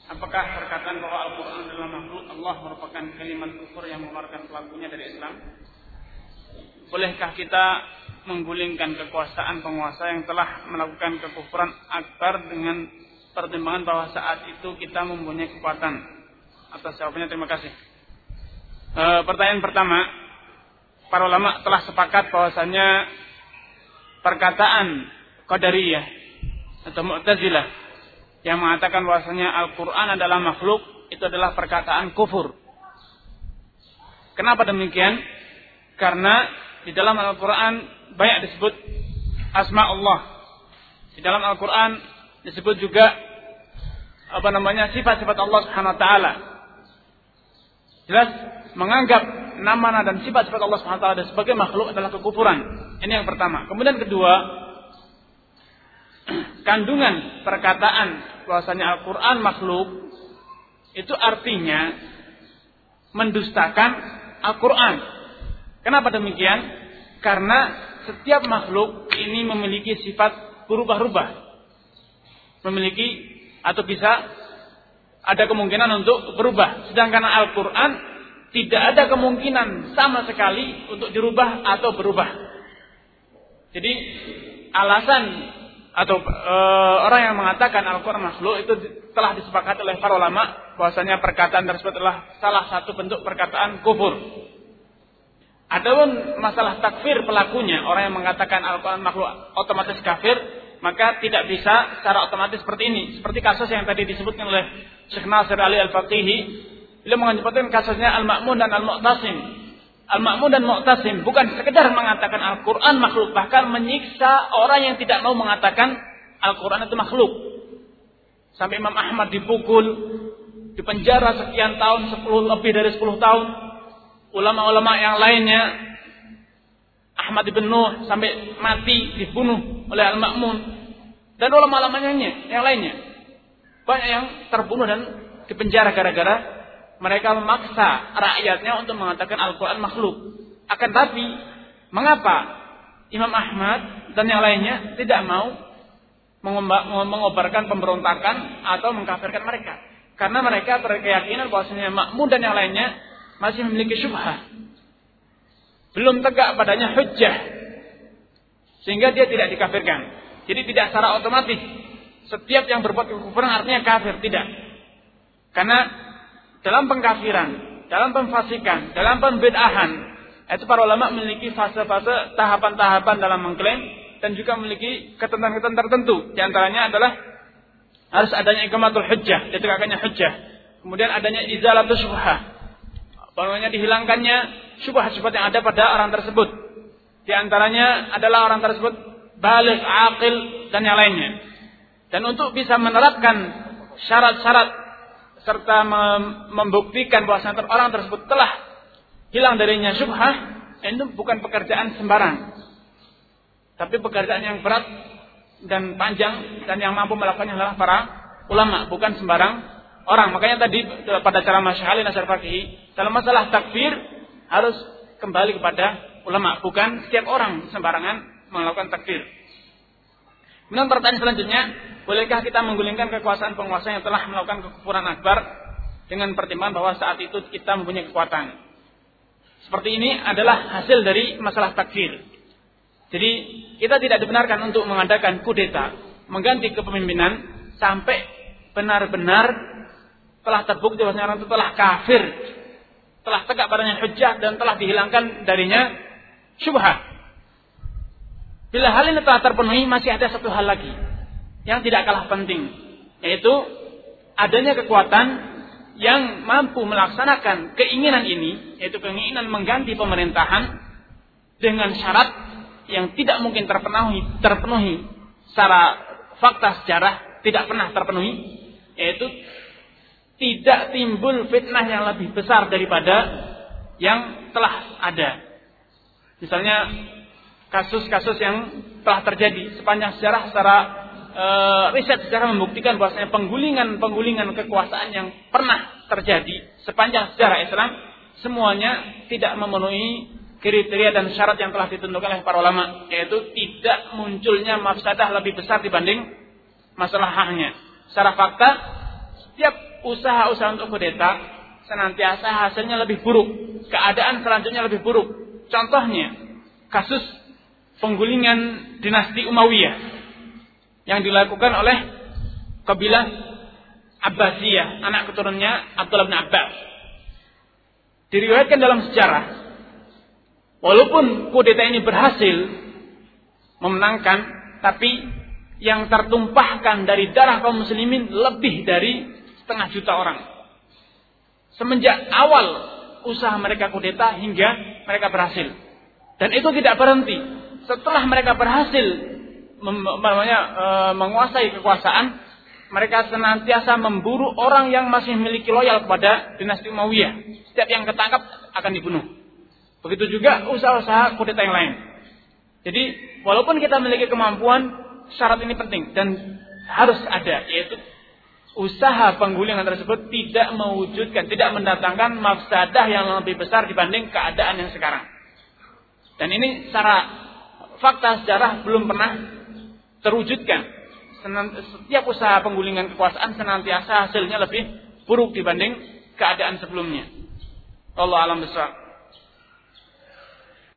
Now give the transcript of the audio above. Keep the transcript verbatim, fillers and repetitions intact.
Apakah perkataan bahwa Al-Quran adalah makhluk Allah merupakan kalimat kufur yang mengeluarkan pelakunya dari Islam? Bolehkah kita menggulingkan kekuasaan penguasa yang telah melakukan kekufuran akbar dengan pertimbangan bahwa saat itu kita mempunyai kekuatan? Atas jawabannya terima kasih. E, pertanyaan pertama, para ulama telah sepakat bahwasanya perkataan Qadariyah atau Mu'tazilah yang mengatakan bahwasanya Al-Quran adalah makhluk, itu adalah perkataan kufur. Kenapa demikian? Karena di dalam Al-Quran banyak disebut asma Allah. Di dalam Al-Quran disebut juga apa namanya sifat-sifat Allah Subhanahu Wa Taala. Jelas menganggap nama dan sifat-sifat Allah Subhanahu Wa Taala sebagai makhluk adalah kekufuran. Ini yang pertama. Kemudian kedua, kandungan perkataan bahwasanya Al-Quran makhluk itu artinya mendustakan Al-Quran. Kenapa demikian? Karena setiap makhluk ini memiliki sifat berubah-ubah, memiliki atau bisa ada kemungkinan untuk berubah. Sedangkan Al-Quran tidak ada kemungkinan sama sekali untuk dirubah atau berubah. Jadi alasan atau e, orang yang mengatakan Al-Quran makhluk itu telah disepakati oleh para ulama bahwasanya perkataan tersebut adalah salah satu bentuk perkataan kufur. Adapun masalah takfir pelakunya, orang yang mengatakan Al-Quran makhluk otomatis kafir, maka tidak bisa secara otomatis seperti ini. Seperti kasus yang tadi disebutkan oleh Syekh Nasir Ali Al-Faqihi, beliau menyebutkan kasusnya Al-Ma'mun dan Al-Mu'tasim. Al-Ma'mun dan Mu'tasim bukan sekedar mengatakan Al-Quran makhluk, bahkan menyiksa orang yang tidak mau mengatakan Al-Quran itu makhluk. Sampai Imam Ahmad dipukul, dipenjara sekian tahun, sepuluh lebih dari sepuluh tahun. Ulama-ulama yang lainnya, Ahmad ibn Nuh sampai mati dibunuh oleh Al-Ma'mun, dan ulama-ulama yang lainnya banyak yang terbunuh dan dipenjara gara-gara mereka memaksa rakyatnya untuk mengatakan Al-Quran makhluk. Akan tapi mengapa Imam Ahmad dan yang lainnya tidak mau mengobarkan pemberontakan atau mengkafirkan mereka? Karena mereka berkeyakinan bahwasanya Ma'mun dan yang lainnya masih memiliki syubhah, belum tegak padanya hujjah, sehingga dia tidak dikafirkan. Jadi tidak secara otomatis setiap yang berbuat kekufuran artinya kafir, tidak. Karena dalam pengkafiran, dalam pemfasikan, dalam pembid'ahan, itu para ulama memiliki fase-fase tahapan-tahapan dalam mengklaim, dan juga memiliki ketentuan-ketentuan tertentu. Di antaranya adalah harus adanya iqamatul hujjah, ditegakkannya hujjah. Kemudian adanya izalatus syubhah, bahwanya dihilangkannya syubhat-syubhat yang ada pada orang tersebut. Di antaranya adalah orang tersebut baligh, aqil, dan yang lainnya. Dan untuk bisa menerapkan syarat-syarat serta membuktikan bahwa orang tersebut telah hilang darinya syubhah, itu bukan pekerjaan sembarang, tapi pekerjaan yang berat dan panjang, dan yang mampu melakukannya adalah para ulama, bukan sembarang orang. Makanya tadi pada cara Syekh Ali Nasir Faqihi, dalam masalah takfir harus kembali kepada ulama, bukan setiap orang sembarangan melakukan takfir. Kemudian pertanyaan selanjutnya, bolehkah kita menggulingkan kekuasaan penguasa yang telah melakukan kekufuran akbar dengan pertimbangan bahwa saat itu kita mempunyai kekuatan? Seperti ini adalah hasil dari masalah takfir. Jadi kita tidak dibenarkan untuk mengadakan kudeta, mengganti kepemimpinan sampai benar-benar telah terbukti bahwa orang itu telah kafir, telah tegak padanya hujjah, dan telah dihilangkan darinya syubhat. Bila hal ini telah terpenuhi, masih ada satu hal lagi yang tidak kalah penting, yaitu adanya kekuatan yang mampu melaksanakan keinginan ini, yaitu keinginan mengganti pemerintahan dengan syarat yang tidak mungkin terpenuhi, terpenuhi secara fakta sejarah tidak pernah terpenuhi, yaitu tidak timbul fitnah yang lebih besar daripada yang telah ada. Misalnya kasus-kasus yang telah terjadi sepanjang sejarah, secara e, riset sejarah membuktikan bahwasanya penggulingan-penggulingan kekuasaan yang pernah terjadi sepanjang sejarah Islam semuanya tidak memenuhi kriteria dan syarat yang telah ditentukan oleh para ulama, yaitu tidak munculnya mafsadah lebih besar dibanding masalahnya. Secara fakta, setiap usaha-usaha untuk kudeta senantiasa hasilnya lebih buruk, keadaan selanjutnya lebih buruk. Contohnya kasus penggulingan dinasti Umayyah yang dilakukan oleh kabilah Abbasiyah, anak keturunannya Abdullah bin Abbas. Diriwayatkan dalam sejarah, walaupun kudeta ini berhasil memenangkan, tapi yang tertumpahkan dari darah kaum muslimin lebih dari setengah juta orang. Semenjak awal usaha mereka kudeta hingga mereka berhasil. Dan itu tidak berhenti. Setelah mereka berhasil mem- namanya, e, menguasai kekuasaan, mereka senantiasa memburu orang yang masih memiliki loyal kepada dinasti Umayyah. Setiap yang ketangkap akan dibunuh. Begitu juga usaha-usaha kudeta yang lain. Jadi walaupun kita memiliki kemampuan, syarat ini penting dan harus ada, yaitu usaha penggulingan tersebut tidak mewujudkan, tidak mendatangkan mafsadah yang lebih besar dibanding keadaan yang sekarang. Dan ini secara fakta sejarah belum pernah terwujudkan. Setiap usaha penggulingan kekuasaan senantiasa hasilnya lebih buruk dibanding keadaan sebelumnya. Allah alam besar.